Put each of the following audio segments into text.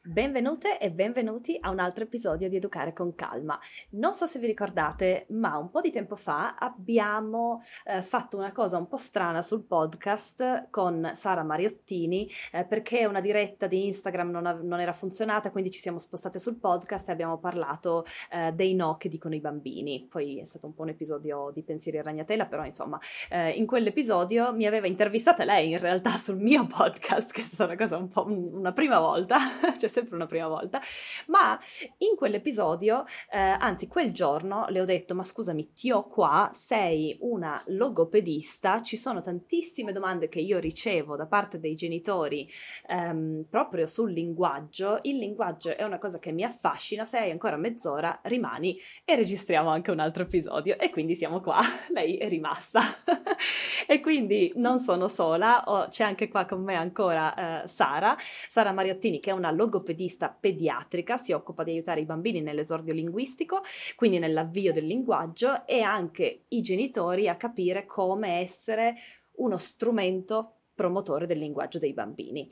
Benvenute e benvenuti a un altro episodio di Educare con Calma. Non so se vi ricordate, ma un po' di tempo fa abbiamo fatto una cosa un po' strana sul podcast con Sara Mariottini perché una diretta di Instagram non era funzionata, quindi ci siamo spostate sul podcast e abbiamo parlato dei no che dicono i bambini. Poi è stato un po' un episodio di pensieri a ragnatela, però insomma in quell'episodio mi aveva intervistata lei in realtà sul mio podcast, che è stata una cosa un po' una prima volta, c'è sempre una prima volta, ma in quell'episodio, anzi quel giorno le ho detto: ma scusami, ti ho qua, sei una logopedista, ci sono tantissime domande che io ricevo da parte dei genitori proprio sul linguaggio, il linguaggio è una cosa che mi affascina, se hai ancora mezz'ora rimani e registriamo anche un altro episodio, e quindi siamo qua, lei è rimasta. E quindi non sono sola, c'è anche qua con me ancora Sara Mariottini, che è una logopedista pediatrica, si occupa di aiutare i bambini nell'esordio linguistico, quindi nell'avvio del linguaggio, e anche i genitori a capire come essere uno strumento promotore del linguaggio dei bambini.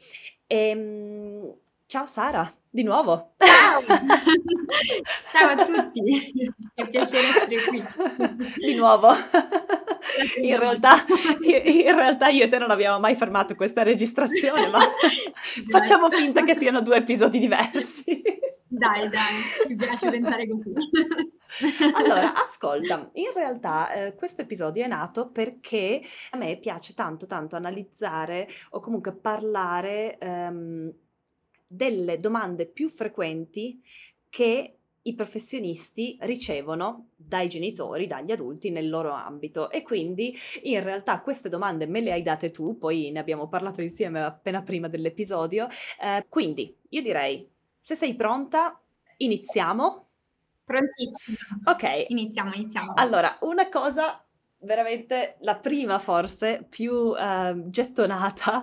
Ciao Sara, di nuovo! Ciao! Ciao a tutti, è piacere essere qui. Di nuovo! In volta. realtà io e te non abbiamo mai fermato questa registrazione, ma facciamo finta che siano due episodi diversi. Dai, ci piace pensare così. Allora, ascolta, in realtà questo episodio è nato perché a me piace tanto analizzare o comunque parlare delle domande più frequenti che i professionisti ricevono dai genitori, dagli adulti nel loro ambito, e quindi in realtà queste domande me le hai date tu, poi ne abbiamo parlato insieme appena prima dell'episodio, quindi io direi, se sei pronta, iniziamo. Prontissima. Ok. Iniziamo. Allora, una cosa veramente, la prima forse più gettonata,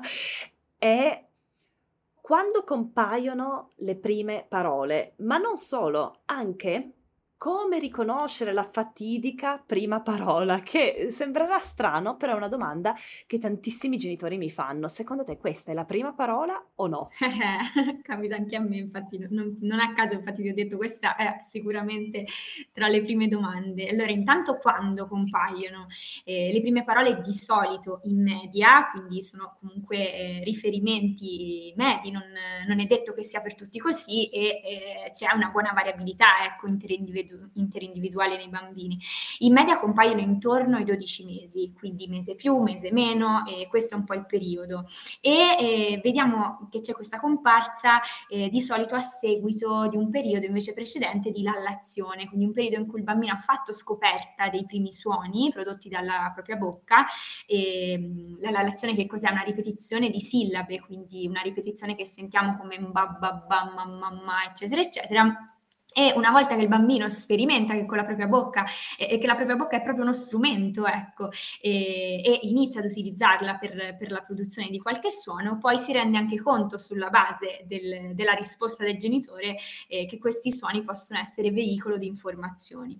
è quando compaiono le prime parole, ma non solo, anche come riconoscere la fatidica prima parola, che sembrerà strano, però è una domanda che tantissimi genitori mi fanno. Secondo te questa è la prima parola o no? Capita anche a me, infatti, non a caso, infatti ti ho detto, questa è sicuramente tra le prime domande. Allora, intanto quando compaiono le prime parole, di solito in media, quindi sono comunque riferimenti medi, non è detto che sia per tutti così, e c'è una buona variabilità, ecco, interindividuale nei bambini. In media compaiono intorno ai 12 mesi, quindi mese più, mese meno, e questo è un po' il periodo. E vediamo che c'è questa comparsa di solito a seguito di un periodo invece precedente di lallazione, quindi un periodo in cui il bambino ha fatto scoperta dei primi suoni prodotti dalla propria bocca. E la lallazione che cos'è? Una ripetizione di sillabe, quindi una ripetizione che sentiamo come ba ba ba ma ma ma, eccetera eccetera. E una volta che il bambino sperimenta che con la propria bocca e che la propria bocca è proprio uno strumento, ecco, e inizia ad utilizzarla per la produzione di qualche suono, poi si rende anche conto, sulla base della risposta del genitore, che questi suoni possono essere veicolo di informazioni.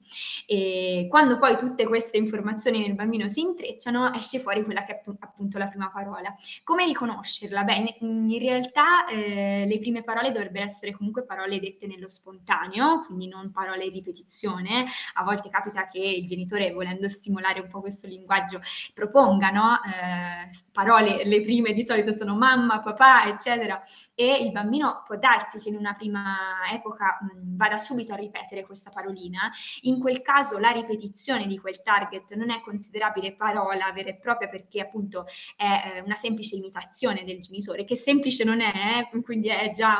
E quando poi tutte queste informazioni nel bambino si intrecciano, esce fuori quella che è appunto la prima parola. Come riconoscerla? Beh, in realtà le prime parole dovrebbero essere comunque parole dette nello spontaneo, quindi non parole in ripetizione. A volte capita che il genitore, volendo stimolare un po' questo linguaggio, proponga, no? Parole, le prime di solito sono mamma, papà, eccetera, e il bambino può darsi che in una prima epoca vada subito a ripetere questa parolina. In quel caso la ripetizione di quel target non è considerabile parola vera e propria, perché appunto è una semplice imitazione del genitore, che semplice non è, quindi è già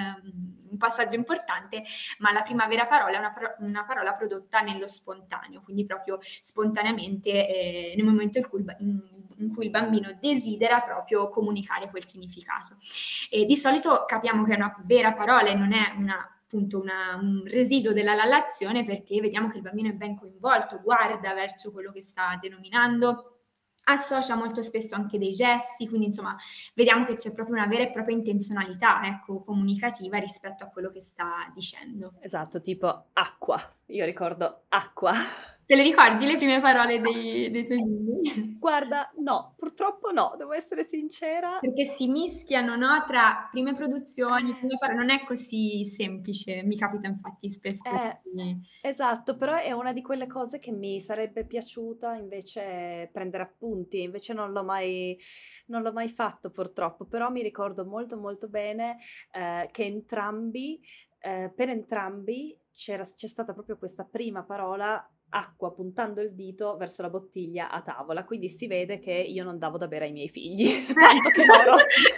un passaggio importante, ma la prima vera parola è una parola prodotta nello spontaneo, quindi proprio spontaneamente nel momento in cui il bambino desidera proprio comunicare quel significato. E di solito capiamo che è una vera parola e non è appunto un residuo della lallazione, perché vediamo che il bambino è ben coinvolto, guarda verso quello che sta denominando, associa molto spesso anche dei gesti, quindi insomma vediamo che c'è proprio una vera e propria intenzionalità, ecco, comunicativa rispetto a quello che sta dicendo. Esatto, tipo acqua. Io ricordo acqua. Te le ricordi le prime parole dei tuoi bimbi? Guarda, no, purtroppo no, devo essere sincera. Perché si mischiano, no, tra prime produzioni, prime Sì. non è così semplice. Mi capita infatti spesso Eh, di esatto, però è una di quelle cose che mi sarebbe piaciuta invece prendere appunti, invece non l'ho mai fatto purtroppo, però mi ricordo molto molto bene che per entrambi c'è stata proprio questa prima parola acqua puntando il dito verso la bottiglia a tavola, quindi si vede che io non davo da bere ai miei figli, tanto che loro...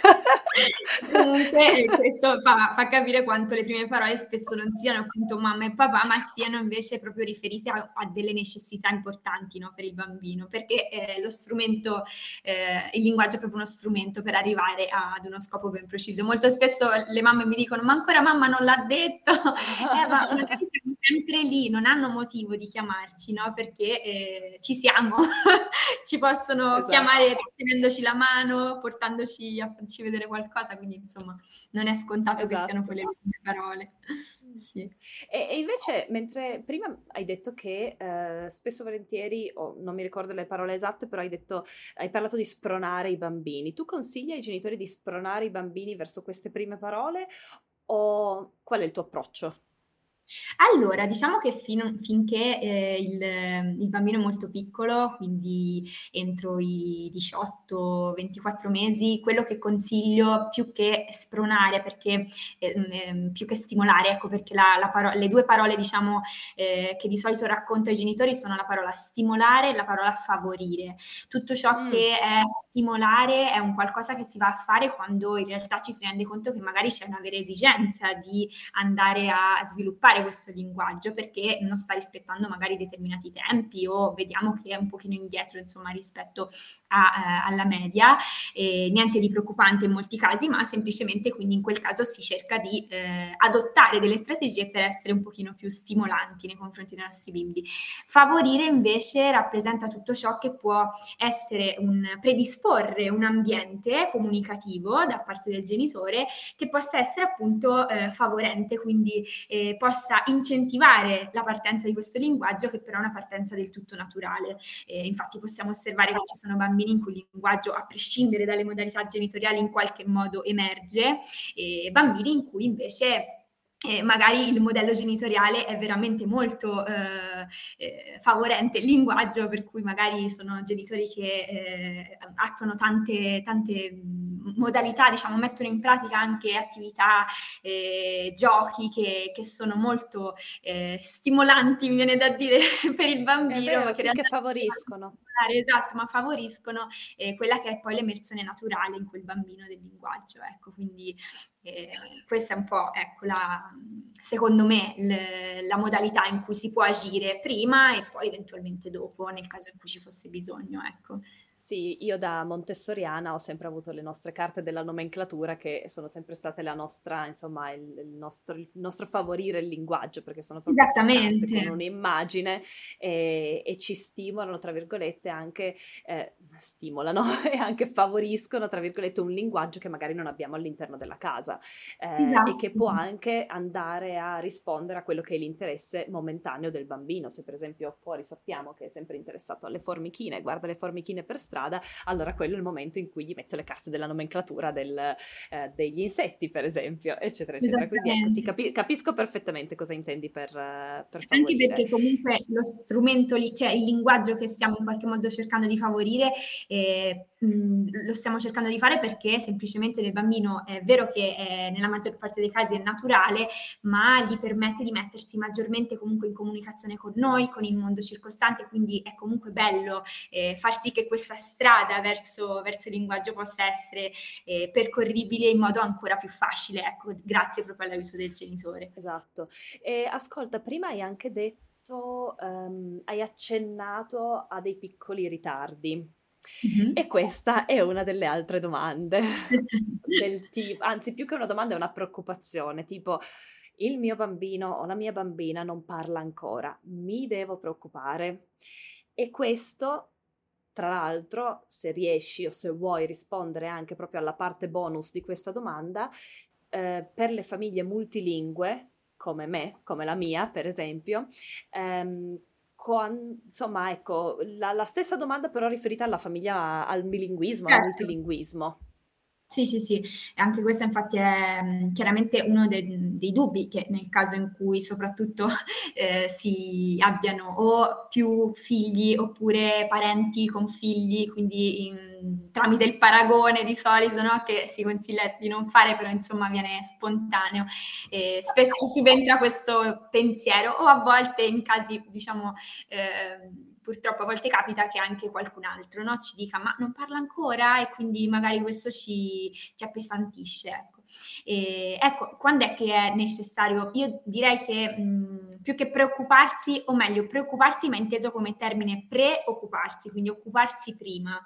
Comunque, questo fa capire quanto le prime parole spesso non siano appunto mamma e papà, ma siano invece proprio riferite a delle necessità importanti, no, per il bambino, perché lo strumento, il linguaggio è proprio uno strumento per arrivare ad uno scopo ben preciso. Molto spesso le mamme mi dicono: "Ma ancora mamma non l'ha detto", ma magari siamo sempre lì, non hanno motivo di chiamarci, no, perché ci siamo, ci possono Esatto. chiamare tenendoci la mano, portandoci a farci vedere qualcosa, quindi insomma non è scontato che siano Esatto. quelle le prime parole. Sì. E invece, mentre prima hai detto che spesso e volentieri, o non mi ricordo le parole esatte, però hai parlato di spronare i bambini. Tu consigli ai genitori di spronare i bambini verso queste prime parole o qual è il tuo approccio? Allora, diciamo che finché, il bambino è molto piccolo, quindi entro i 18, 24 mesi, quello che consiglio più che spronare perché più che stimolare, ecco, perché la paro le 2 parole diciamo, che di solito racconto ai genitori sono la parola stimolare e la parola favorire. Tutto ciò Mh, che è stimolare è un qualcosa che si va a fare quando in realtà ci si rende conto che magari c'è una vera esigenza di andare a sviluppare questo linguaggio perché non sta rispettando magari determinati tempi o vediamo che è un pochino indietro insomma rispetto alla media, niente di preoccupante in molti casi, ma semplicemente quindi in quel caso si cerca di adottare delle strategie per essere un pochino più stimolanti nei confronti dei nostri bimbi. Favorire invece rappresenta tutto ciò che può essere predisporre un ambiente comunicativo da parte del genitore che possa essere appunto favorente, quindi possa incentivare la partenza di questo linguaggio che però è una partenza del tutto naturale. Infatti possiamo osservare che ci sono bambini in cui il linguaggio, a prescindere dalle modalità genitoriali, in qualche modo emerge, e bambini in cui invece magari il modello genitoriale è veramente molto favorente il linguaggio, per cui magari sono genitori che attuano tante modalità, diciamo, mettono in pratica anche attività, giochi che sono molto stimolanti, mi viene da dire, per il è bambino, vero, ma che in sì, che realtà favoriscono. esatto, ma favoriscono quella che è poi l'emersione naturale in quel bambino del linguaggio, ecco. Quindi questa è un po', ecco, secondo me, la modalità in cui si può agire prima e poi eventualmente dopo, nel caso in cui ci fosse bisogno, ecco. Sì, io da montessoriana ho sempre avuto le nostre carte della nomenclatura che sono sempre state la nostra, insomma, il nostro favorire il linguaggio, perché sono proprio su carte Esattamente. con un'immagine e ci stimolano, tra virgolette, anche, stimolano e anche favoriscono, tra virgolette, un linguaggio che magari non abbiamo all'interno della casa e che Esatto. può anche andare a rispondere a quello che è l'interesse momentaneo del bambino. Se per esempio fuori sappiamo che è sempre interessato alle formichine, guarda le formichine per strada, allora quello è il momento in cui gli metto le carte della nomenclatura degli insetti, per esempio, eccetera, eccetera. Quindi ecco, sì, Esattamente. capisco perfettamente cosa intendi per Anche favorire. perché comunque lo strumento lì, cioè il linguaggio che stiamo in qualche modo cercando di favorire, lo stiamo cercando di fare perché semplicemente nel bambino è vero che nella maggior parte dei casi è naturale, ma gli permette di mettersi maggiormente comunque in comunicazione con noi, con il mondo circostante, quindi è comunque bello far sì che questa strada verso il linguaggio possa essere percorribile in modo ancora più facile, ecco, grazie proprio all'aiuto del genitore. Esatto. E ascolta, prima hai anche detto, hai accennato a dei piccoli ritardi. Mh-mh. E questa è una delle altre domande, anzi più che una domanda è una preoccupazione, tipo il mio bambino o la mia bambina non parla ancora, mi devo preoccupare? E questo, tra l'altro, se riesci o se vuoi rispondere anche proprio alla parte bonus di questa domanda, per le famiglie multilingue, come me, come la mia per esempio, ehm, insomma, ecco, la stessa domanda però riferita alla famiglia, al bilinguismo, al Certo. multilinguismo. Sì, sì, sì, e anche questo infatti è chiaramente uno dei dubbi che nel caso in cui soprattutto si abbiano o più figli oppure parenti con figli, quindi tramite il paragone di solito, no, che si consiglia di non fare, però insomma viene spontaneo. Spesso subentra questo pensiero o a volte in casi, diciamo, purtroppo a volte capita che anche qualcun altro, no, ci dica ma non parla ancora e quindi magari questo ci appesantisce, ecco. Ecco, quando è che è necessario? Io direi che più che preoccuparsi, o meglio, preoccuparsi ma inteso come termine preoccuparsi, quindi occuparsi prima.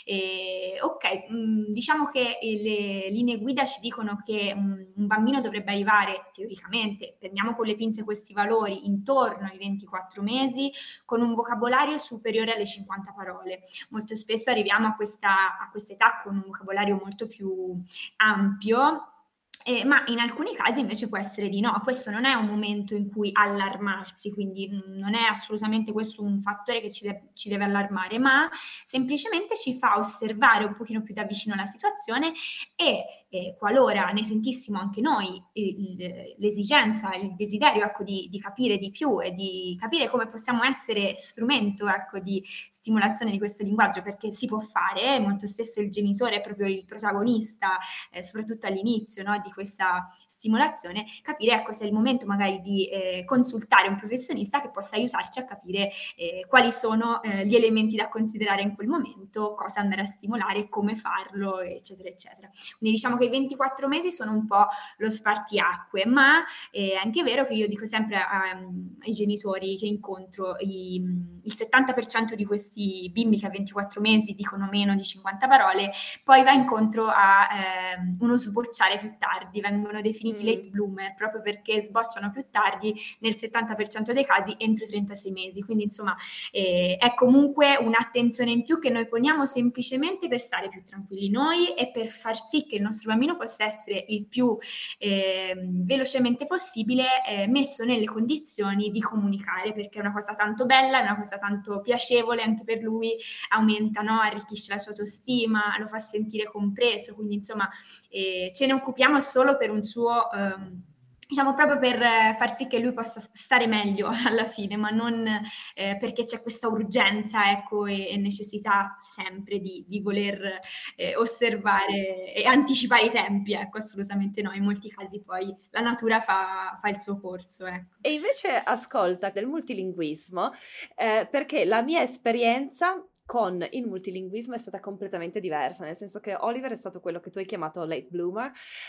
Ok, diciamo che le linee guida ci dicono che un bambino dovrebbe arrivare teoricamente, prendiamo con le pinze questi valori, intorno ai 24 mesi, con un vocabolario superiore alle 50 parole. Molto spesso arriviamo a questa età con un vocabolario molto più ampio. Ma in alcuni casi invece può essere di no, questo non è un momento in cui allarmarsi, quindi non è assolutamente questo un fattore che ci deve allarmare, ma semplicemente ci fa osservare un pochino più da vicino la situazione e qualora ne sentissimo anche noi l'esigenza, il desiderio ecco, di capire di più e di capire come possiamo essere strumento ecco, di stimolazione di questo linguaggio, perché si può fare, molto spesso il genitore è proprio il protagonista, soprattutto all'inizio no, di questa stimolazione, capire ecco, se è il momento magari di consultare un professionista che possa aiutarci a capire quali sono gli elementi da considerare in quel momento, cosa andare a stimolare, come farlo, eccetera, eccetera. Quindi diciamo che i 24 mesi sono un po' lo spartiacque, ma è anche vero che io dico sempre ai genitori che incontro, il 70% di questi bimbi che a 24 mesi dicono meno di 50 parole, poi va incontro a uno sbocciare più tardi, vengono definiti late bloomer proprio perché sbocciano più tardi nel 70% dei casi entro i 36 mesi, quindi insomma è comunque un'attenzione in più che noi poniamo semplicemente per stare più tranquilli noi e per far sì che il nostro bambino possa essere il più velocemente possibile messo nelle condizioni di comunicare, perché è una cosa tanto bella, è una cosa tanto piacevole anche per lui, aumenta, no? Arricchisce la sua autostima, lo fa sentire compreso, quindi insomma ce ne occupiamo solo per un suo diciamo proprio per far sì che lui possa stare meglio alla fine, ma non perché c'è questa urgenza ecco, e necessità sempre di voler osservare e anticipare i tempi, ecco, assolutamente no, in molti casi poi la natura fa il suo corso. Ecco. E invece ascolta del multilinguismo, perché la mia esperienza con il multilinguismo è stata completamente diversa, nel senso che Oliver è stato quello che tu hai chiamato late bloomer,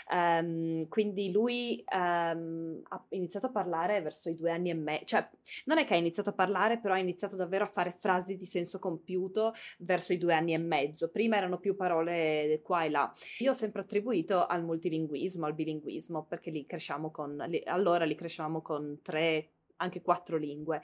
quindi lui ha iniziato a parlare verso i 2 anni e mezzo, cioè non è che ha iniziato a parlare, però ha iniziato davvero a fare frasi di senso compiuto verso i 2 anni e mezzo, prima erano più parole qua e là. Io ho sempre attribuito al multilinguismo, al bilinguismo, perché allora li crescevamo con 3, anche 4 lingue.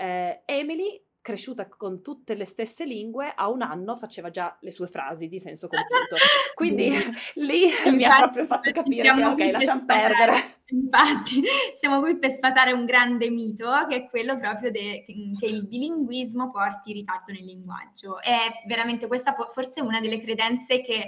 Emily, cresciuta con tutte le stesse lingue, a 1 anno faceva già le sue frasi di senso compiuto. Quindi lì mi ha proprio fatto capire che ok, lasciamo perdere. Infatti, siamo qui per sfatare un grande mito, che è quello proprio che il bilinguismo porti ritardo nel linguaggio. È veramente questa forse una delle credenze che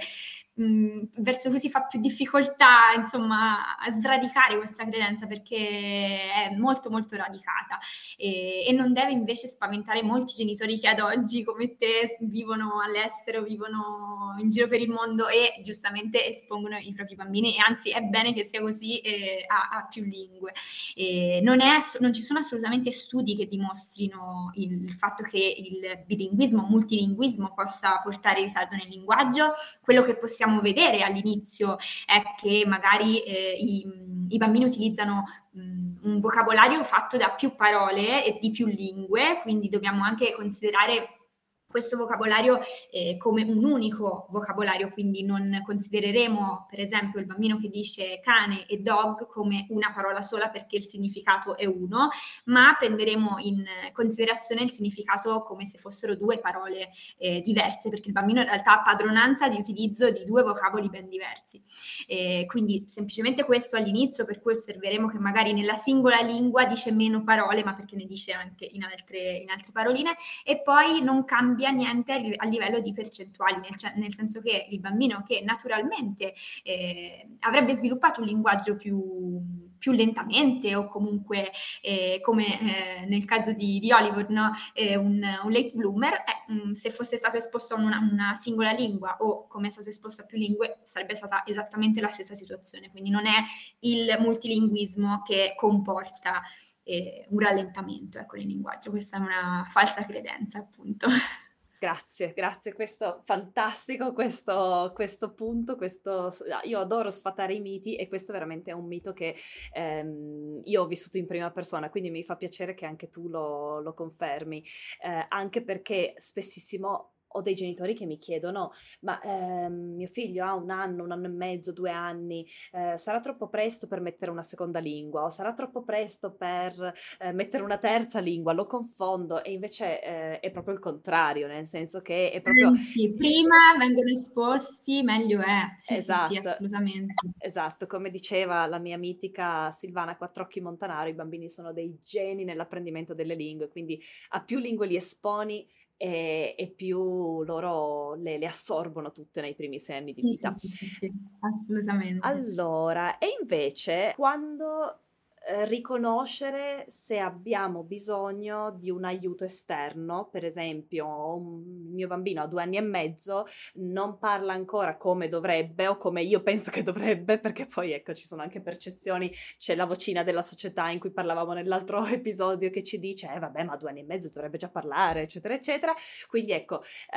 verso cui si fa più difficoltà, insomma, a sradicare questa credenza perché è molto molto radicata e non deve invece spaventare molti genitori che ad oggi come te vivono all'estero, vivono in giro per il mondo e giustamente espongono i propri bambini e anzi è bene che sia così a più lingue. Non ci sono assolutamente studi che dimostrino il fatto che il bilinguismo, multilinguismo possa portare ritardo nel linguaggio. Quello che possiamo vedere all'inizio è che magari i bambini utilizzano un vocabolario fatto da più parole e di più lingue, quindi dobbiamo anche considerare questo vocabolario come un unico vocabolario, quindi non considereremo per esempio il bambino che dice cane e dog come una parola sola perché il significato è uno, ma prenderemo in considerazione il significato come se fossero due parole diverse, perché il bambino in realtà ha padronanza di utilizzo di due vocaboli ben diversi. Quindi semplicemente questo all'inizio, per cui osserveremo che magari nella singola lingua dice meno parole, ma perché ne dice anche in altre paroline, e poi non cambia niente a livello di percentuali, nel senso che il bambino che naturalmente avrebbe sviluppato un linguaggio più lentamente o comunque come nel caso di Oliver, no? Un late bloomer, se fosse stato esposto a una singola lingua o come è stato esposto a più lingue sarebbe stata esattamente la stessa situazione, quindi non è il multilinguismo che comporta un rallentamento, ecco, nel linguaggio. Questa è una falsa credenza, appunto. Grazie, questo fantastico, questo punto, io adoro sfatare i miti e questo veramente è un mito che io ho vissuto in prima persona, quindi mi fa piacere che anche tu lo confermi, anche perché spessissimo ho dei genitori che mi chiedono, ma mio figlio ha un anno e mezzo, 2 anni, sarà troppo presto per mettere una seconda lingua o sarà troppo presto per mettere una terza lingua, lo confondo e invece è proprio il contrario, nel senso che è proprio Anzi, prima vengono esposti, meglio è. Sì, sì, sì, esatto, assolutamente. esatto, come diceva la mia mitica Silvana Quattrocchi Montanaro, i bambini sono dei geni nell'apprendimento delle lingue, quindi a più lingue li esponi e più loro le assorbono tutte nei primi 6 anni di Sì, sì, vita. sì, sì, sì, assolutamente. Allora, e invece quando riconoscere se abbiamo bisogno di un aiuto esterno, per esempio un mio bambino a 2 anni e mezzo non parla ancora come dovrebbe o come io penso che dovrebbe, perché poi ecco ci sono anche percezioni, c'è la vocina della società in cui parlavamo nell'altro episodio che ci dice vabbè ma a 2 anni e mezzo dovrebbe già parlare eccetera eccetera, quindi ecco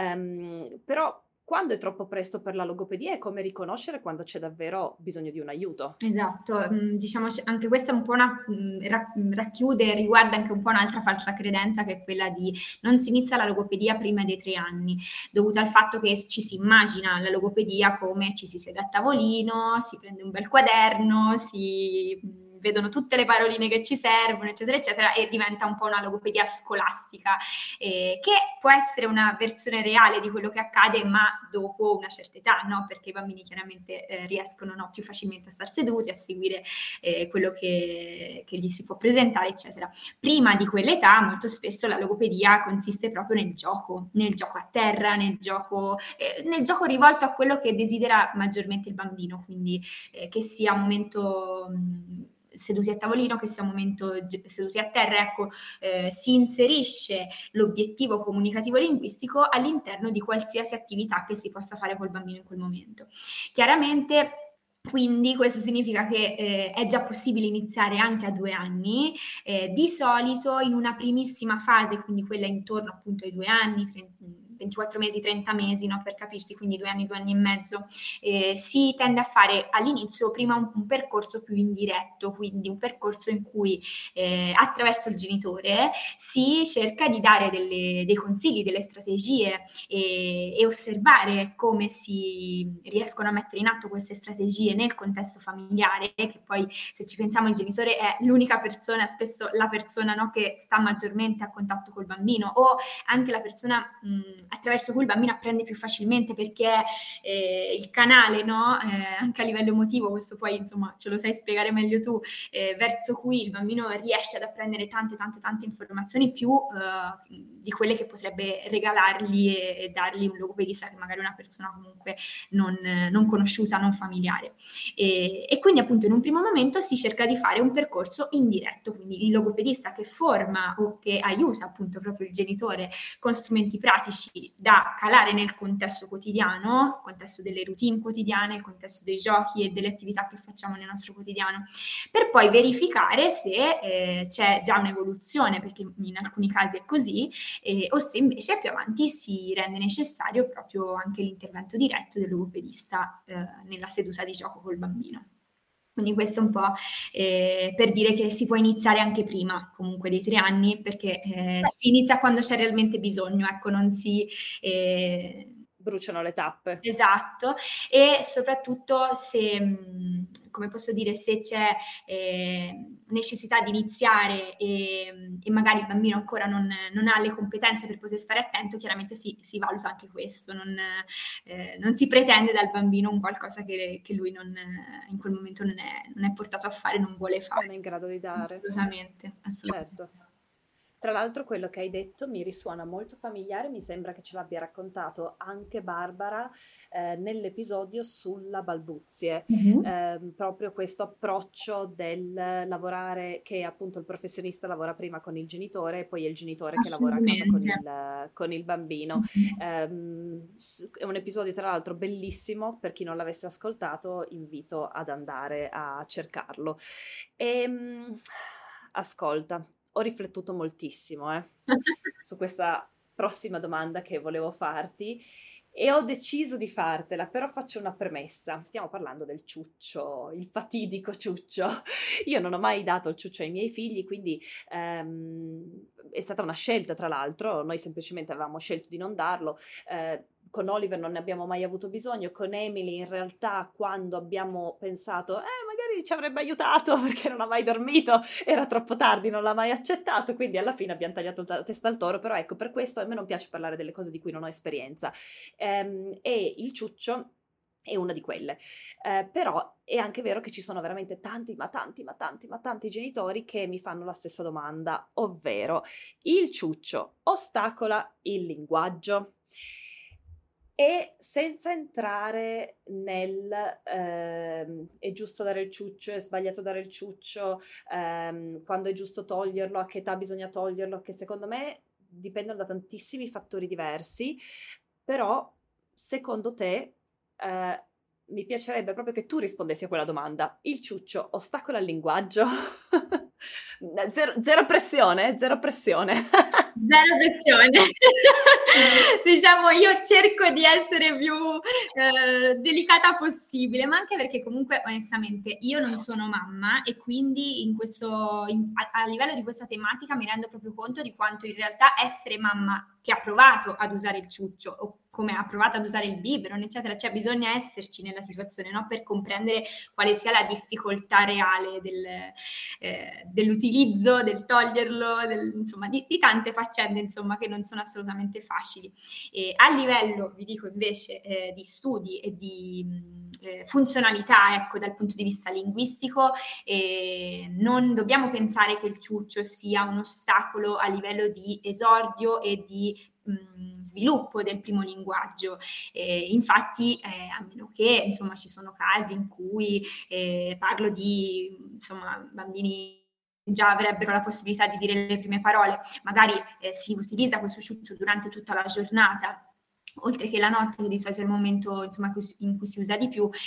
però quando è troppo presto per la logopedia e come riconoscere quando c'è davvero bisogno di un aiuto. Esatto, diciamo anche questa è un po' racchiude, riguarda anche un po' un'altra falsa credenza che è quella di non si inizia la logopedia prima dei 3 anni, dovuta al fatto che ci si immagina la logopedia come ci si siede a tavolino, si prende un bel quaderno, si vedono tutte le paroline che ci servono, eccetera, eccetera, e diventa un po' una logopedia scolastica, che può essere una versione reale di quello che accade, ma dopo una certa età, no? Perché i bambini chiaramente riescono più facilmente a star seduti, a seguire quello che gli si può presentare, eccetera. Prima di quell'età, molto spesso la logopedia consiste proprio nel gioco a terra, nel gioco rivolto a quello che desidera maggiormente il bambino, quindi che sia un momento seduti a tavolino, che sia un momento seduti a terra, ecco, si inserisce l'obiettivo comunicativo linguistico all'interno di qualsiasi attività che si possa fare col bambino in quel momento. Chiaramente quindi questo significa che è già possibile iniziare anche a 2 anni, di solito in una primissima fase, quindi quella intorno appunto ai 2 anni, 24 mesi, 30 mesi, no, per capirsi, quindi 2 anni e mezzo, si tende a fare all'inizio prima un percorso più indiretto, quindi un percorso in cui attraverso il genitore si cerca di dare dei consigli, delle strategie e osservare come si riescono a mettere in atto queste strategie nel contesto familiare, che poi se ci pensiamo il genitore è l'unica persona, spesso la persona, no, che sta maggiormente a contatto col bambino o anche la persona attraverso cui il bambino apprende più facilmente perché il canale, no, anche a livello emotivo, questo poi insomma ce lo sai spiegare meglio tu, verso cui il bambino riesce ad apprendere tante informazioni più di quelle che potrebbe regalargli e dargli un logopedista che magari è una persona comunque non conosciuta, non familiare. E quindi appunto in un primo momento si cerca di fare un percorso indiretto, quindi il logopedista che forma o che aiuta appunto proprio il genitore con strumenti pratici da calare nel contesto quotidiano, il contesto delle routine quotidiane, il contesto dei giochi e delle attività che facciamo nel nostro quotidiano, per poi verificare se c'è già un'evoluzione, perché in alcuni casi è così, o se invece più avanti si rende necessario proprio anche l'intervento diretto del logopedista nella seduta di gioco col bambino. Quindi questo è un po' per dire che si può iniziare anche prima, comunque dei 3 anni, perché si inizia quando c'è realmente bisogno, ecco, non si Bruciano le tappe. esatto, e soprattutto se, come posso dire, se c'è, necessità di iniziare, e magari il bambino ancora non ha le competenze per poter stare attento, chiaramente si valuta anche questo, non si pretende dal bambino un qualcosa che lui non in quel momento non è portato a fare, non vuole Non fare. è in grado di dare. Assolutamente, assolutamente. Certo. Tra l'altro quello che hai detto mi risuona molto familiare, mi sembra che ce l'abbia raccontato anche Barbara nell'episodio sulla balbuzie. Mh-mh. Proprio questo approccio del lavorare, che appunto il professionista lavora prima con il genitore e poi è il genitore che lavora a casa Assolutamente. con il bambino. Mh-mh. È un episodio tra l'altro bellissimo, per chi non l'avesse ascoltato invito ad andare a cercarlo. Ascolta, ho riflettuto moltissimo, su questa prossima domanda che volevo farti e ho deciso di fartela, però faccio una premessa. Stiamo parlando del ciuccio, il fatidico ciuccio. Io non ho mai dato il ciuccio ai miei figli, quindi è stata una scelta, tra l'altro. Noi semplicemente avevamo scelto di non darlo. Con Oliver non ne abbiamo mai avuto bisogno, con Emily in realtà quando abbiamo pensato magari ci avrebbe aiutato perché non ha mai dormito, era troppo tardi, non l'ha mai accettato, quindi alla fine abbiamo tagliato la testa al toro, però ecco, per questo a me non piace parlare delle cose di cui non ho esperienza. E il ciuccio è una di quelle. Però è anche vero che ci sono veramente tanti genitori che mi fanno la stessa domanda, ovvero il ciuccio ostacola il linguaggio? E senza entrare nel è giusto dare il ciuccio, è sbagliato dare il ciuccio, quando è giusto toglierlo, a che età bisogna toglierlo, che secondo me dipendono da tantissimi fattori diversi, però secondo te mi piacerebbe proprio che tu rispondessi a quella domanda. Il ciuccio ostacola il linguaggio? Zero pressione, zero pressione. Zero pressione. Diciamo, io cerco di essere più delicata possibile, ma anche perché comunque onestamente io non sono mamma e quindi a livello di questa tematica mi rendo proprio conto di quanto in realtà essere mamma che ha provato ad usare il ciuccio o come ha provato ad usare il biberon, eccetera, cioè bisogna esserci nella situazione, no? Per comprendere quale sia la difficoltà reale dell'utilizzo, del toglierlo, insomma, di tante faccende, insomma, che non sono assolutamente facili. E a livello, vi dico invece, di studi e di funzionalità, ecco, dal punto di vista linguistico, non dobbiamo pensare che il ciuccio sia un ostacolo a livello di esordio e di sviluppo del primo linguaggio. Infatti, a meno che insomma ci sono casi in cui parlo di insomma bambini già avrebbero la possibilità di dire le prime parole, magari si utilizza questo ciuccio durante tutta la giornata oltre che la notte, che di solito è il momento insomma in cui si usa di più,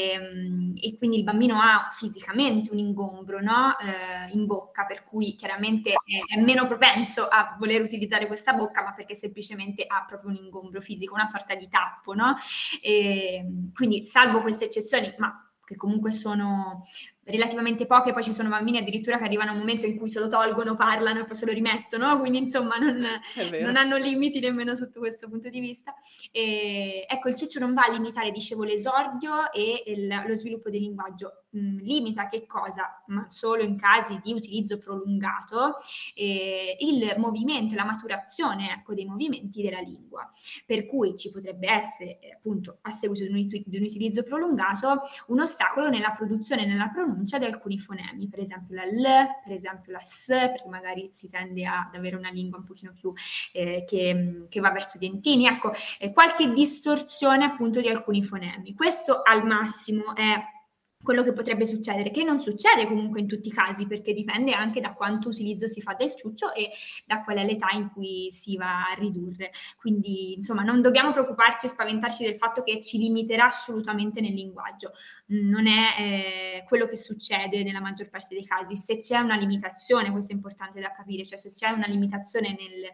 e quindi il bambino ha fisicamente un ingombro, no? In bocca, per cui chiaramente è meno propenso a voler utilizzare questa bocca, ma perché semplicemente ha proprio un ingombro fisico, una sorta di tappo, no? Quindi salvo queste eccezioni, ma che comunque sono relativamente poche, poi ci sono bambini addirittura che arrivano a un momento in cui se lo tolgono, parlano e poi se lo rimettono, quindi insomma non hanno limiti nemmeno sotto questo punto di vista. Ecco, il ciuccio non va a limitare, dicevo, l'esordio e lo sviluppo del linguaggio. Limita che cosa? Ma solo in casi di utilizzo prolungato, il movimento, la maturazione, ecco, dei movimenti della lingua. Per cui ci potrebbe essere, appunto, a seguito di un utilizzo prolungato, un ostacolo nella produzione e nella pronuncia di alcuni fonemi, per esempio la L, per esempio la S, perché magari si tende ad avere una lingua un pochino più che va verso i dentini, ecco, qualche distorsione appunto di alcuni fonemi. Questo al massimo è quello che potrebbe succedere, che non succede comunque in tutti i casi, perché dipende anche da quanto utilizzo si fa del ciuccio e da qual è l'età in cui si va a ridurre. Quindi, insomma, non dobbiamo preoccuparci e spaventarci del fatto che ci limiterà assolutamente nel linguaggio. Non è quello che succede nella maggior parte dei casi. Se c'è una limitazione, questo è importante da capire, cioè se c'è una limitazione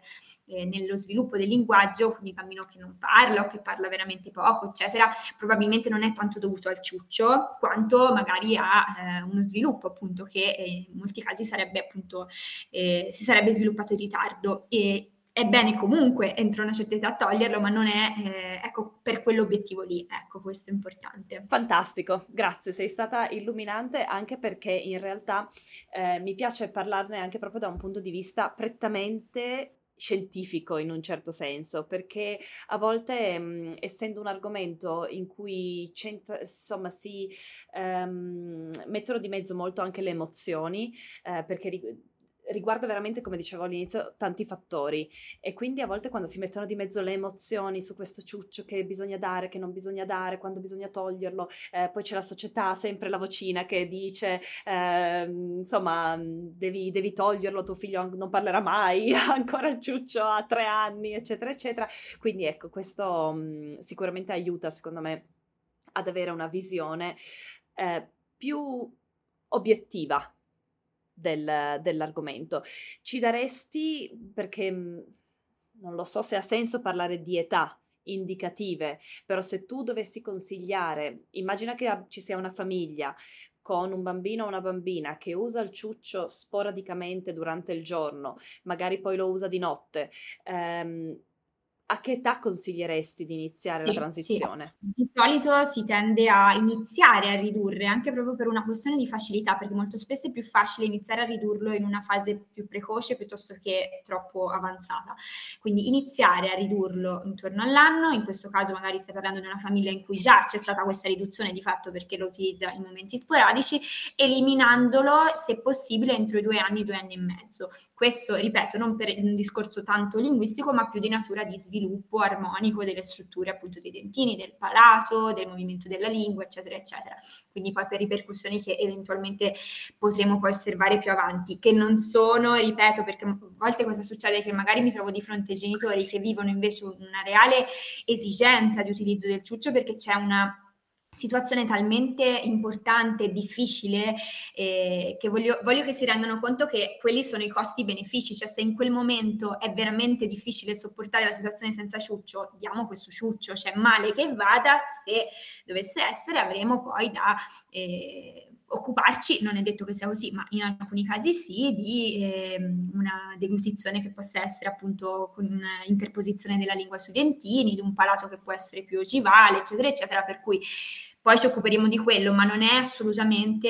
nello sviluppo del linguaggio, quindi il bambino che non parla o che parla veramente poco, eccetera, probabilmente non è tanto dovuto al ciuccio, quanto magari a uno sviluppo appunto che in molti casi sarebbe appunto si sarebbe sviluppato in ritardo. E è bene comunque entro una certa età toglierlo, ma non è ecco, per quell'obiettivo lì. Ecco, questo è importante. Fantastico, grazie, sei stata illuminante anche perché in realtà mi piace parlarne anche proprio da un punto di vista prettamente scientifico in un certo senso, perché a volte essendo un argomento in cui insomma si mettono di mezzo molto anche le emozioni, perché riguarda veramente, come dicevo all'inizio, tanti fattori e quindi a volte quando si mettono di mezzo le emozioni su questo ciuccio che bisogna dare, che non bisogna dare, quando bisogna toglierlo, poi c'è la società, sempre la vocina che dice insomma devi toglierlo, tuo figlio non parlerà mai, ha ancora il ciuccio a 3 anni, eccetera, eccetera. Quindi ecco, questo sicuramente aiuta, secondo me, ad avere una visione più obiettiva dell'argomento. Ci daresti, perché non lo so se ha senso parlare di età indicative, però se tu dovessi consigliare, immagina che ci sia una famiglia con un bambino o una bambina che usa il ciuccio sporadicamente durante il giorno, magari poi lo usa di notte, a che età consiglieresti di iniziare la Sì, sì. transizione? Di solito si tende a iniziare a ridurre, anche proprio per una questione di facilità, perché molto spesso è più facile iniziare a ridurlo in una fase più precoce piuttosto che troppo avanzata. Quindi iniziare a ridurlo intorno all'anno, in questo caso magari stai parlando di una famiglia in cui già c'è stata questa riduzione di fatto perché lo utilizza in momenti sporadici, eliminandolo se possibile entro i 2 anni e mezzo. Questo, ripeto, non per un discorso tanto linguistico, ma più di natura di sviluppo armonico delle strutture appunto dei dentini, del palato, del movimento della lingua, eccetera, eccetera. Quindi poi per ripercussioni che eventualmente potremo poi osservare più avanti, che non sono, ripeto, perché a volte cosa succede? Che magari mi trovo di fronte ai genitori che vivono invece una reale esigenza di utilizzo del ciuccio perché c'è una situazione talmente importante e difficile che voglio che si rendano conto che quelli sono i costi-benefici, cioè se in quel momento è veramente difficile sopportare la situazione senza ciuccio, diamo questo ciuccio, cioè male che vada, se dovesse essere avremo poi da occuparci, non è detto che sia così, ma in alcuni casi sì, di una deglutizione che possa essere appunto con un'interposizione della lingua sui dentini, di un palato che può essere più ogivale, eccetera, eccetera, per cui poi ci occuperemo di quello, ma non è assolutamente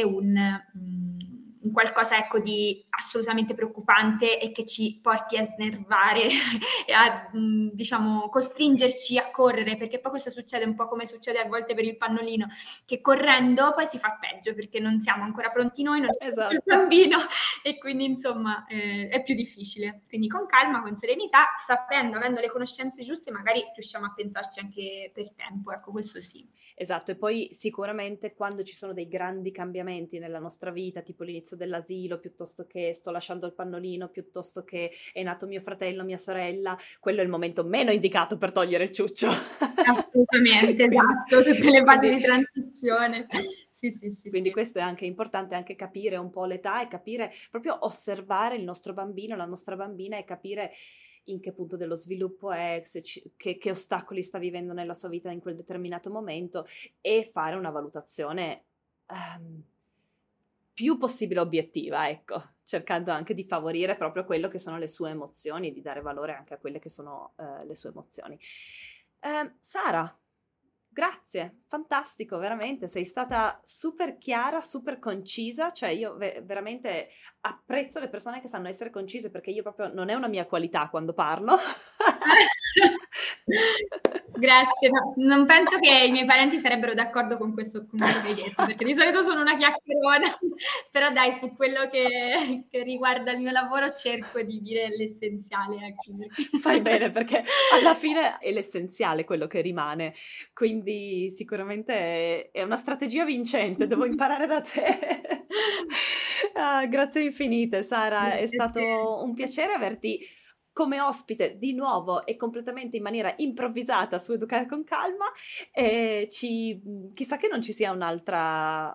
un qualcosa ecco, di assolutamente preoccupante e che ci porti a snervare e a diciamo costringerci a correre, perché poi questo succede un po' come succede a volte per il pannolino, che correndo poi si fa peggio perché non siamo ancora pronti noi, non è Esatto. il bambino e quindi insomma è più difficile. Quindi con calma, con serenità, sapendo, avendo le conoscenze giuste, magari riusciamo a pensarci anche per tempo, ecco questo sì. Esatto, e poi sicuramente quando ci sono dei grandi cambiamenti nella nostra vita, tipo l'inizio dell'asilo, piuttosto che sto lasciando il pannolino, piuttosto che è nato mio fratello, mia sorella, quello è il momento meno indicato per togliere il ciuccio. Assolutamente, Quindi, esatto, tutte le fasi di transizione. Sì, sì, sì, quindi sì. questo è anche importante, anche capire un po' l'età e capire, proprio osservare il nostro bambino, la nostra bambina e capire in che punto dello sviluppo è, che ostacoli sta vivendo nella sua vita in quel determinato momento e fare una valutazione più possibile obiettiva, ecco, cercando anche di favorire proprio quello che sono le sue emozioni e di dare valore anche a quelle che sono le sue emozioni. Sara, grazie, fantastico, veramente, sei stata super chiara, super concisa, cioè io veramente apprezzo le persone che sanno essere concise perché io proprio non è una mia qualità quando parlo. Grazie, no, non penso che i miei parenti sarebbero d'accordo con questo, con quello che hai detto, perché di solito sono una chiacchierona, però dai, su quello che riguarda il mio lavoro cerco di dire l'essenziale. Ecco, Fai bene perché alla fine è l'essenziale quello che rimane, quindi sicuramente è una strategia vincente, devo imparare da te. Grazie infinite Sara, è Grazie a te. stato un piacere averti come ospite di nuovo e completamente in maniera improvvisata su Educare con Calma e chissà che non ci sia un'altra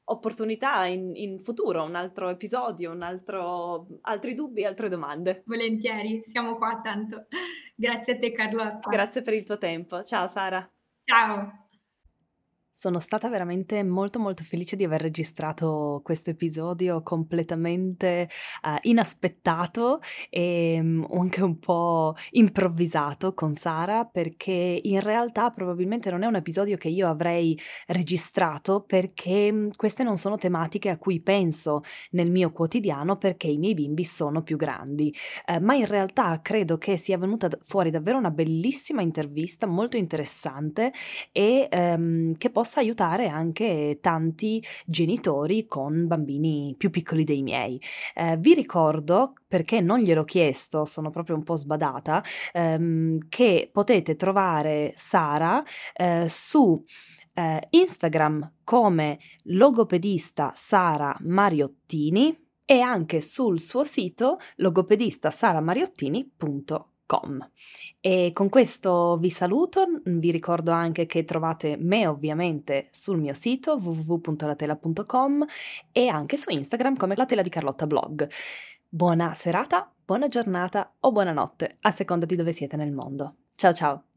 opportunità in futuro, un altro episodio, altri dubbi, altre domande. Volentieri, siamo qua tanto. Grazie a te Carlotta. Grazie per il tuo tempo. Ciao Sara. Ciao. Sono stata veramente molto molto felice di aver registrato questo episodio completamente inaspettato e anche un po' improvvisato con Sara, perché in realtà probabilmente non è un episodio che io avrei registrato, perché queste non sono tematiche a cui penso nel mio quotidiano, perché i miei bimbi sono più grandi, ma in realtà credo che sia venuta fuori davvero una bellissima intervista molto interessante e che possa aiutare anche tanti genitori con bambini più piccoli dei miei. Vi ricordo, perché non gliel'ho chiesto, sono proprio un po' sbadata, che potete trovare Sara su Instagram come logopedista Sara Mariottini e anche sul suo sito logopedistasaramariottini.com. E con questo vi saluto, vi ricordo anche che trovate me ovviamente sul mio sito www.latela.com e anche su Instagram come La Tela di Carlotta Blog. Buona serata, buona giornata o buonanotte, a seconda di dove siete nel mondo. Ciao ciao!